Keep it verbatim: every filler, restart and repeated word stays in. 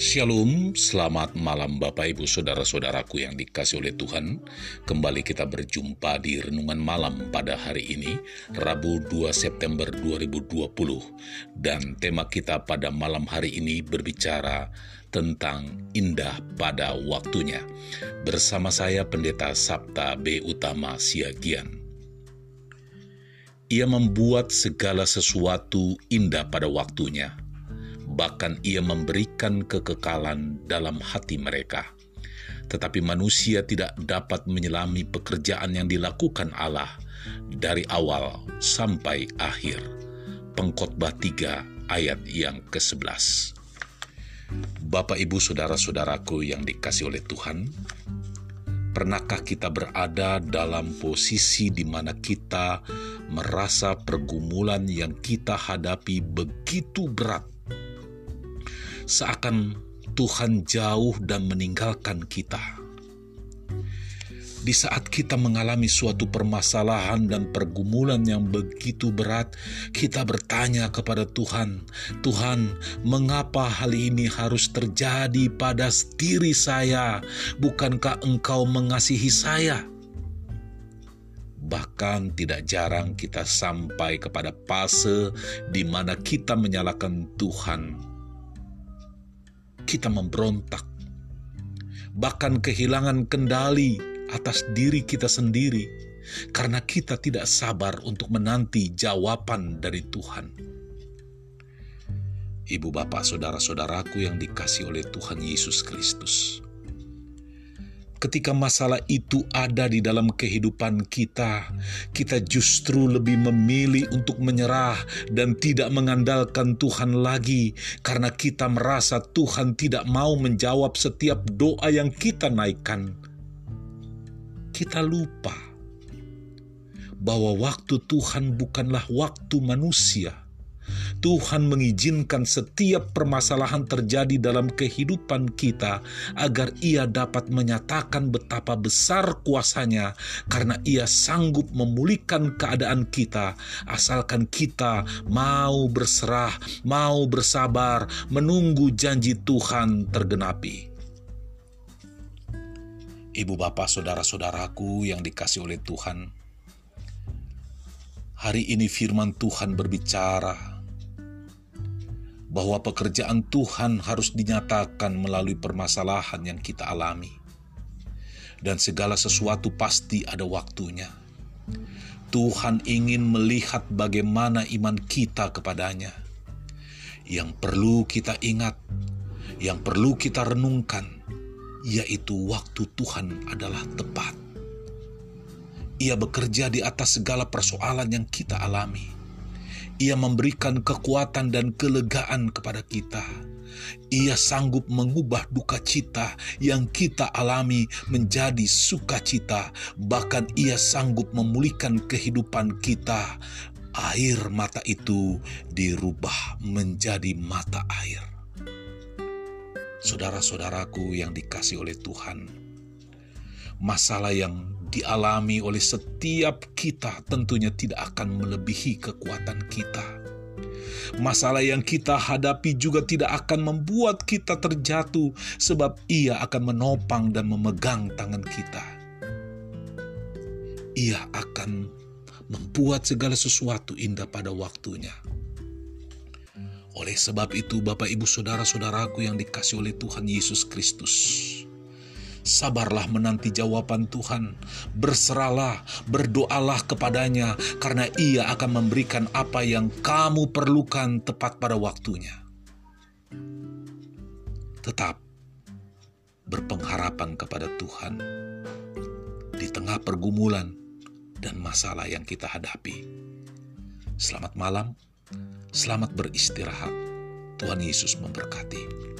Shalom, selamat malam Bapak Ibu Saudara-saudaraku yang dikasih oleh Tuhan. Kembali kita berjumpa di Renungan Malam pada hari ini, Rabu dua September dua ribu dua puluh. Dan tema kita pada malam hari ini berbicara tentang indah pada waktunya. Bersama saya Pendeta Sabta B. Utama Siagian. Ia membuat segala sesuatu indah pada waktunya. Bahkan ia memberikan kekekalan dalam hati mereka. Tetapi manusia tidak dapat menyelami pekerjaan yang dilakukan Allah dari awal sampai akhir. Pengkhotbah tiga ayat yang kesebelas. Bapak Ibu Saudara-saudaraku yang dikasih oleh Tuhan, pernahkah kita berada dalam posisi di mana kita merasa pergumulan yang kita hadapi begitu berat? Seakan Tuhan jauh dan meninggalkan kita. Di saat kita mengalami suatu permasalahan dan pergumulan yang begitu berat, kita bertanya kepada Tuhan, Tuhan, mengapa hal ini harus terjadi pada diri saya? Bukankah Engkau mengasihi saya? Bahkan tidak jarang kita sampai kepada fase di mana kita menyalahkan Tuhan. Kita memberontak, bahkan kehilangan kendali atas diri kita sendiri, karena kita tidak sabar untuk menanti jawaban dari Tuhan. Ibu bapak saudara-saudaraku yang dikasih oleh Tuhan Yesus Kristus, ketika masalah itu ada di dalam kehidupan kita, kita justru lebih memilih untuk menyerah dan tidak mengandalkan Tuhan lagi, karena kita merasa Tuhan tidak mau menjawab setiap doa yang kita naikkan. Kita lupa bahwa waktu Tuhan bukanlah waktu manusia. Tuhan mengizinkan setiap permasalahan terjadi dalam kehidupan kita agar Ia dapat menyatakan betapa besar kuasa-Nya, karena Ia sanggup memulihkan keadaan kita asalkan kita mau berserah, mau bersabar, menunggu janji Tuhan tergenapi. Ibu bapak saudara-saudaraku yang dikasih oleh Tuhan, hari ini firman Tuhan berbicara bahwa pekerjaan Tuhan harus dinyatakan melalui permasalahan yang kita alami. Dan segala sesuatu pasti ada waktunya. Tuhan ingin melihat bagaimana iman kita kepadanya. Yang perlu kita ingat, yang perlu kita renungkan, yaitu waktu Tuhan adalah tepat. Ia bekerja di atas segala persoalan yang kita alami. Ia memberikan kekuatan dan kelegaan kepada kita. Ia sanggup mengubah duka cita yang kita alami menjadi sukacita. Bahkan Ia sanggup memulihkan kehidupan kita. Air mata itu dirubah menjadi mata air. Saudara-saudaraku yang dikasih oleh Tuhan, masalah yang dialami oleh setiap kita tentunya tidak akan melebihi kekuatan kita. Masalah yang kita hadapi juga tidak akan membuat kita terjatuh, sebab Ia akan menopang dan memegang tangan kita. Ia akan membuat segala sesuatu indah pada waktunya. Oleh sebab itu, Bapak Ibu Saudara-saudaraku yang dikasih oleh Tuhan Yesus Kristus, sabarlah menanti jawaban Tuhan, berserahlah, berdoalah kepadanya, karena Ia akan memberikan apa yang kamu perlukan tepat pada waktunya. Tetap berpengharapan kepada Tuhan di tengah pergumulan dan masalah yang kita hadapi. Selamat malam, selamat beristirahat. Tuhan Yesus memberkati.